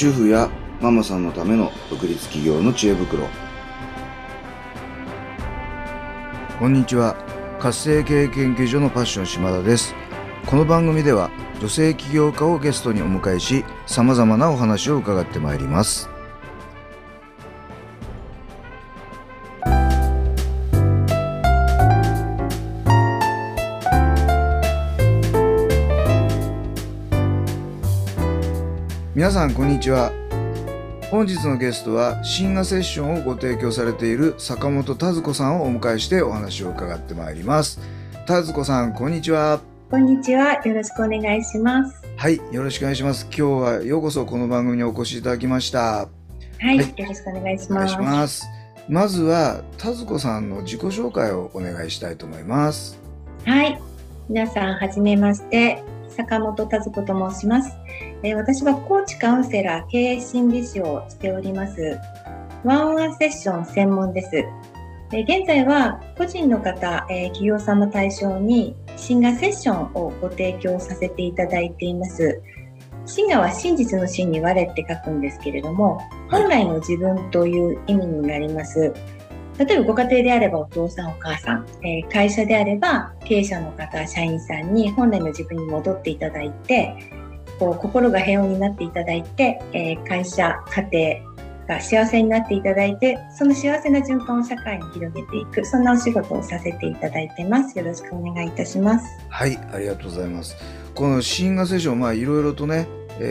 主婦やママさんのための独立企業の知恵袋。こんにちは。活性経営研究所のパッション島田です。この番組では女性起業家をゲストにお迎えし、様々なお話を伺ってまいります。皆さんこんにちは。本日のゲストはシンガセッションをご提供されている坂本田鶴子さんをお迎えしてお話を伺ってまいります。田鶴子さんこんにちは。 こんにちは。よろしくお願いします。 はい、よろしくお願いします。今日はようこそこの番組にお越しいただきました。 はい、よろしくお願いします。 お願いします。まずは田鶴子さんの自己紹介をお願いしたいと思います。 はい、皆さんはじめまして、坂本田鶴子と申します。私はコーチカウンセラー経営心理師をしております。ワンオンワンセッション専門です。現在は個人の方、企業様対象にシンガセッションをご提供させていただいています。シンガは真実の真に我って書くんですけれども、本来の自分という意味になります。例えばご家庭であればお父さんお母さん、会社であれば経営者の方、社員さんに本来の自分に戻っていただいて、心が平穏になっていただいて、会社、家庭が幸せになっていただいて、その幸せな循環を社会に広げていく、そんなお仕事をさせていただいてます。よろしくお願いいたします。 はい、ありがとうございます。このシンガセッション、いろいろとね、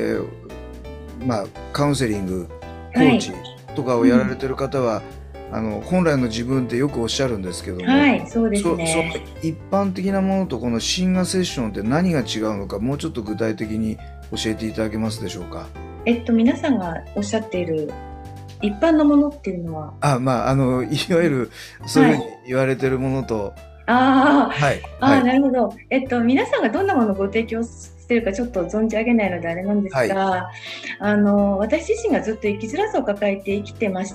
カウンセリング、コーチとかをやられてる方は、本来の自分ってよくおっしゃるんですけども、 はい、そうですね。 一般的なものとこのシンガセッションって何が違うのか、もうちょっと具体的に教えていただけますでしょうか。 皆さんがおっしゃっている一般のものっていうのは、 いわゆるそういうふうに言われてるものと、 なるほど。皆さんがどんなものをご提供しているかちょっと存じ上げないのであれなんですが、私自身がずっと生きづらさを抱えて生きてまして、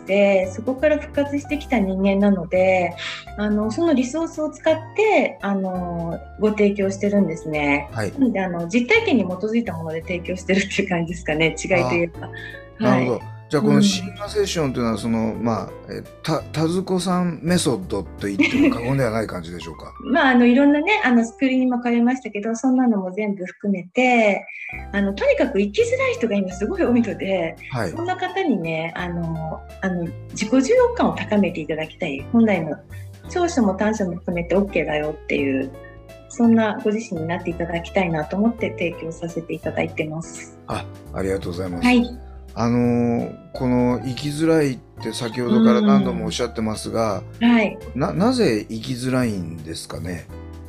そこから復活してきた人間なので、そのリソースを使ってご提供してるんですね。なので実体験に基づいたもので提供してるっていう感じですかね。違いというか。 なるほど。じゃあこのシンガセッションというのは田鶴子さんメソッドと言っても過言ではない感じでしょうか。 いろんなねスクールにも通いましたけど、そんなのも全部含めてとにかく生きづらい人が今すごい多いので、そんな方にね自己重要感を高めていただきたい。本来の長所も短所も含めて OK だよっていう、そんなご自身になっていただきたいなと思って提供させていただいてます。 ありがとうございます。 はい、 この生きづらいって先ほどから何度もおっしゃってますが、なぜ生きづらいんですかね。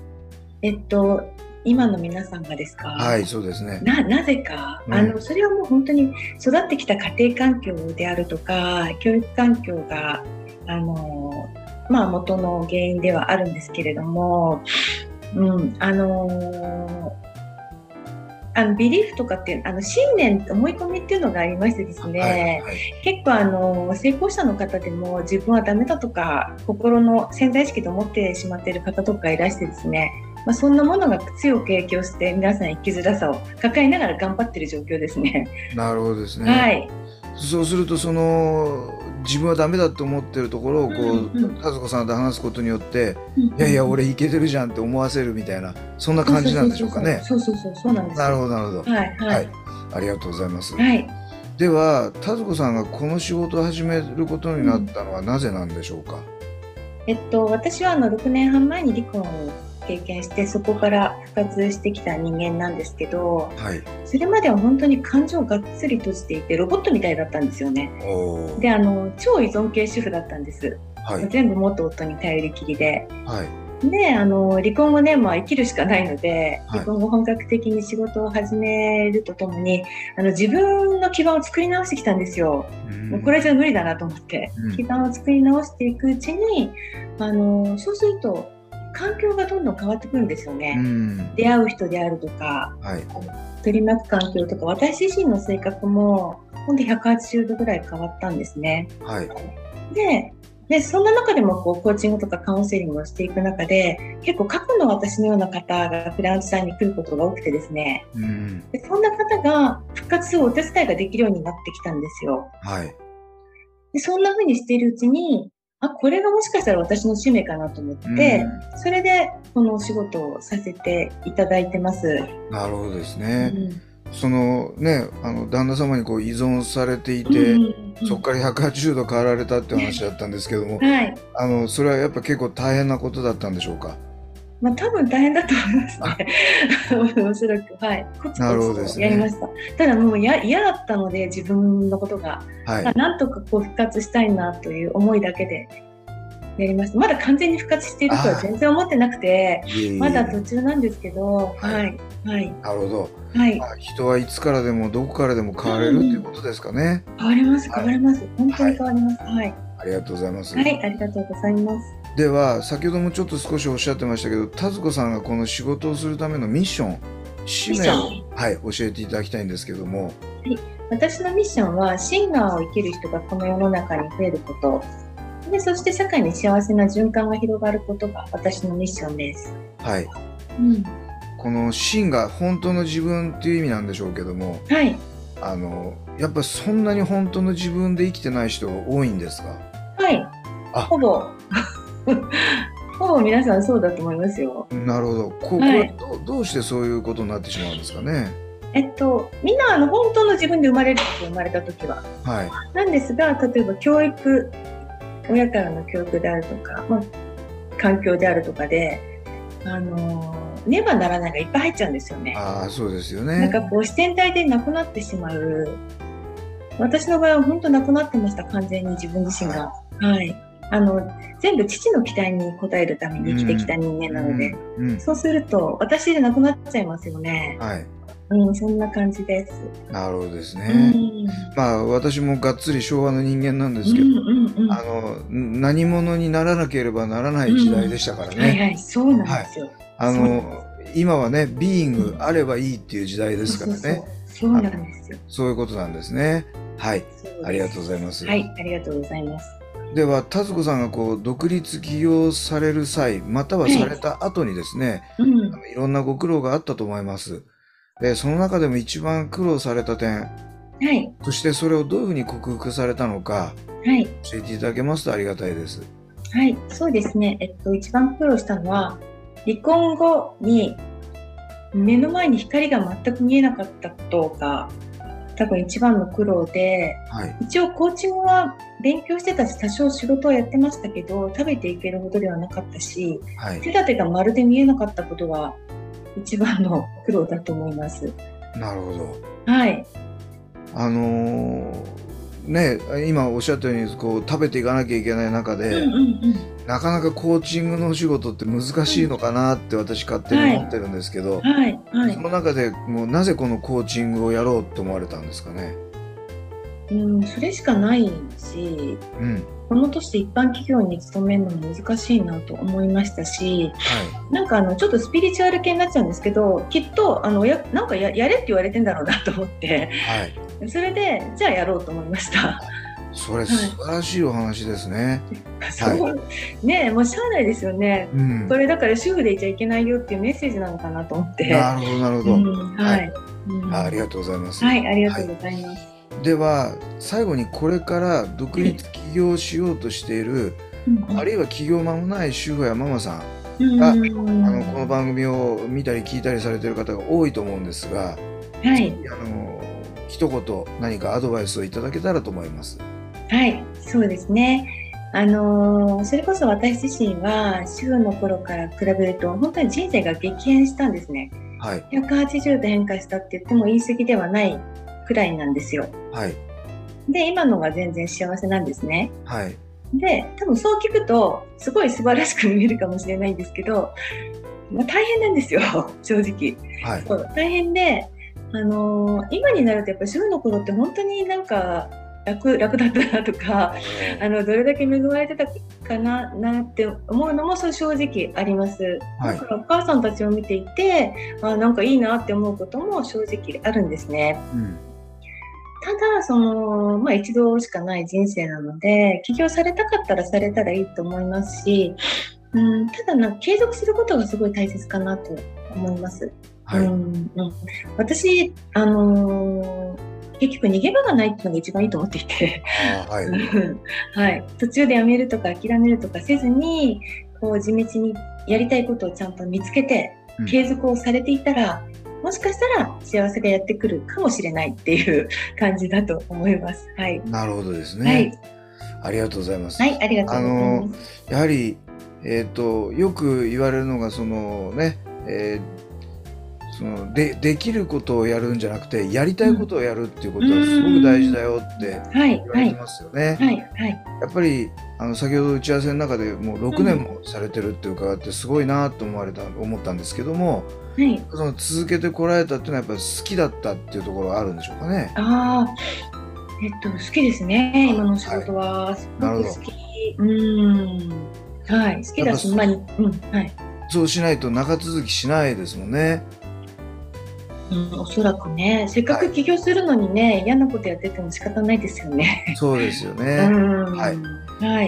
今の皆さんがですか。 はい、そうですね。 なぜか、それはもう本当に育ってきた家庭環境であるとか教育環境が元の原因ではあるんですけれども、ビリーフとかっていう信念、思い込みっていうのがありましてですね、結構成功者の方でも自分はダメだとか心の潜在意識で思ってしまっている方とかいらしてですね、そんなものが強く影響して皆さん生きづらさを抱えながら頑張っている状況ですね。 なるほどですね。そうすると自分はダメだと思ってるところを田鶴子さんと話すことによって、いやいや俺いけてるじゃんって思わせるみたいな、そんな感じなんでしょうかね。 そうなんです。 なるほど。ありがとうございます。では田鶴子さんがこの仕事を始めることになったのはなぜなんでしょうか。 私は6年半前に離婚を経験して、そこから復活してきた人間なんですけど、それまでは本当に感情をがっつり閉じていてロボットみたいだったんですよね。で超依存系主婦だったんです。全部元夫に頼りきりで、で離婚後ね、生きるしかないので、離婚後本格的に仕事を始めるとともに自分の基盤を作り直してきたんですよ。もうこれじゃ無理だなと思って、基盤を作り直していくうちにそうすると環境がどんどん変わってくるんですよね。出会う人であるとか、取り巻く環境とか、私自身の性格もほんと180度ぐらい変わったんですね。ででそんな中でもコーチングとかカウンセリングをしていく中で、結構過去の私のような方がクライアントさんに来ることが多くてですね、でそんな方が復活するお手伝いができるようになってきたんですよ。でそんな風にしているうちに、これがもしかしたら私の使命かなと思って、それでこのお仕事をさせていただいてます。 なるほどですね。そのね、旦那様に依存されていて、そこから180度変わられたっていう話だったんですけども、それはやっぱ結構大変なことだったんでしょうか？ 多分大変だと思いますね。おそらく、コツコツとやりました。ただもう嫌だったので、自分のことが、なんとか復活したいなという思いだけでやりました。まだ完全に復活しているとは全然思ってなくて、まだ途中なんですけど、なるほど。人はいつからでもどこからでも変われるっていうことですかね。 変わります、変わります。本当に変わります。 ありがとうございます。 ありがとうございます。 では、先ほどもちょっと少しおっしゃってましたけど、田鶴子さんがこの仕事をするためのミッション、使命を教えていただきたいんですけども。 私のミッションは、シンガーを生きる人がこの世の中に増えること。でそして社会に幸せな循環が広がることが私のミッションです。この真が本当の自分っていう意味なんでしょうけども、やっぱそんなに本当の自分で生きてない人多いんですか？ ほぼ皆さんそうだと思いますよ。 なるほど。これどうしてそういうことになってしまうんですかね？ みんな本当の自分で生まれるって生まれた時は、なんですが、例えば親からの教育であるとか、環境であるとかで、ねばならないがいっぱい入っちゃうんですよね。 そうですよね。 自然体でなくなってしまう。私の場合は本当なくなってました、完全に自分自身が。全部父の期待に応えるために生きてきた人間なので、そうすると私でなくなっちゃいますよね。そんな感じです。 なるほどですね。私もがっつり昭和の人間なんですけど、何者にならなければならない時代でしたからね。 そうなんですよ。 今はね、ビーイングあればいいっていう時代ですからね。 そうなんですよ。 そういうことなんですね。ありがとうございます。 ありがとうございます。 では、田鶴子さんが独立起業される際、またはされた後にですね、いろんなご苦労があったと思います。でその中でも一番苦労された点、そしてそれをどういうふうに克服されたのか、教えていただけますとありがたいです。 そうですね。一番苦労したのは、離婚後に目の前に光が全く見えなかったことが多分一番の苦労で、一応コーチングは勉強してたし、多少仕事をやってましたけど、食べていけるほどではなかったし、手立てがまるで見えなかったことが一番の苦労だと思います。 なるほど。今おっしゃったように食べていかなきゃいけない中で、なかなかコーチングのお仕事って難しいのかなって私勝手に思ってるんですけど、その中でもうなぜこのコーチングをやろうと思われたんですかね？ それしかないし、この年で一般企業に勤めるのも難しいなと思いましたし、ちょっとスピリチュアル系になっちゃうんですけど、きっとなんかやれって言われてんだろうなと思って、それでじゃあやろうと思いました。 それ素晴らしいお話ですね。 もうしゃあないですよね。これだから主婦でいちゃいけないよっていうメッセージなのかなと思って。 なるほどなるほど。ありがとうございます。 ありがとうございます。 では最後にこれから独立起業しようとしている、あるいは起業間もない主婦やママさんが、この番組を見たり聞いたりされている方が多いと思うんですが、一言何かアドバイスをいただけたらと思います。 そうですね。それこそ私自身は主婦の頃から比べると本当に人生が激変したんですね。180度変化したって言っても言い過ぎではないくらいなんですよ。で今のが全然幸せなんですね。で多分そう聞くとすごい素晴らしく見えるかもしれないんですけど、大変なんですよ正直。大変で、今になるとやっぱ主婦の頃って本当になんか楽だったなとか、どれだけ恵まれてたかなって思うのも正直あります。だからお母さんたちを見ていて、なんかいいなって思うことも正直あるんですね。 ただ、一度しかない人生なので、起業されたかったらされたらいいと思いますし、ただ継続することがすごい大切かなと思います。 はい。 私、結局逃げ場がないっていうのが一番いいと思っていて、 はい。 はい、途中でやめるとか諦めるとかせずに、地道にやりたいことをちゃんと見つけて、継続をされていたら、もしかしたら幸せがやってくるかもしれないっていう感じだと思います。はい。 なるほどですね。 はい。 ありがとうございます。 はい、ありがとうございます。 やはり、よく言われるのが、できることをやるんじゃなくて、やりたいことをやるっていうことはすごく大事だよって言われてますよね。やっぱり先ほど打ち合わせの中でもう6年もされてるって伺ってすごいなと思ったんですけども、その続けてこられたっていうのはやっぱり好きだったっていうところがあるんでしょうかね。 好きですね、今の仕事は。すごく好き。はい、好きだし、はい。 そうしないと長続きしないですもんね。 おそらくね、せっかく起業するのにね、嫌なことやってても仕方ないですよね。 そうですよね。はい。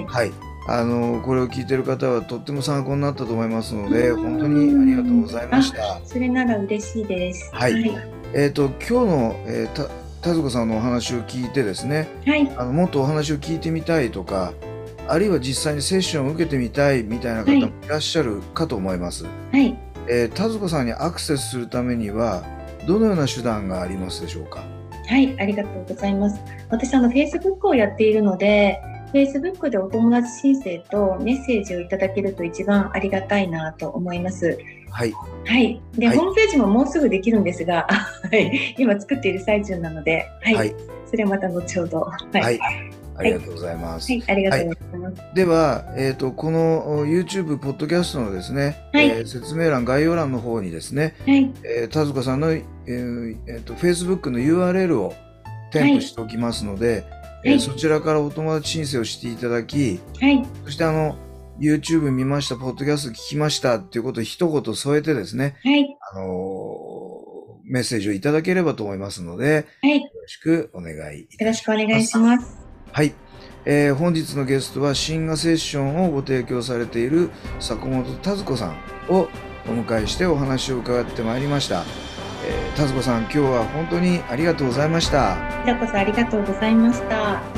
はい。これを聞いてる方はとっても参考になったと思いますので、本当にありがとうございました。 それなら嬉しいです。 はい。今日の、田鶴子さんのお話を聞いてですね、もっとお話を聞いてみたいとか、あるいは実際にセッションを受けてみたいみたいな方もいらっしゃるかと思います。田鶴子さんにアクセスするためには、どのような手段がありますでしょうか？ はい、ありがとうございます。私、Facebook をやっているので、Facebook でお友達申請とメッセージをいただけると一番ありがたいなと思います。 はい。 はい。で、ホームページももうすぐできるんですが、はい、今作っている最中なので、はい。それはまた後ほど。 はい。ありがとうございます。 はい、ありがとうございます。 では、この YouTube ポッドキャストのですね、説明欄、概要欄の方にですね、田塚さんの、Facebook の URL を添付しておきますので、そちらからお友達申請をしていただき、そしてYouTube 見ました、ポッドキャスト聞きましたっていうことを一言添えてですね、メッセージをいただければと思いますので、よろしくお願いいたします。 よろしくお願いします。 はい。本日のゲストはシンガセッションをご提供されている坂本田鶴子さんをお迎えしてお話を伺ってまいりました。田鶴子さん、今日は本当にありがとうございました。 こちらこそありがとうございました。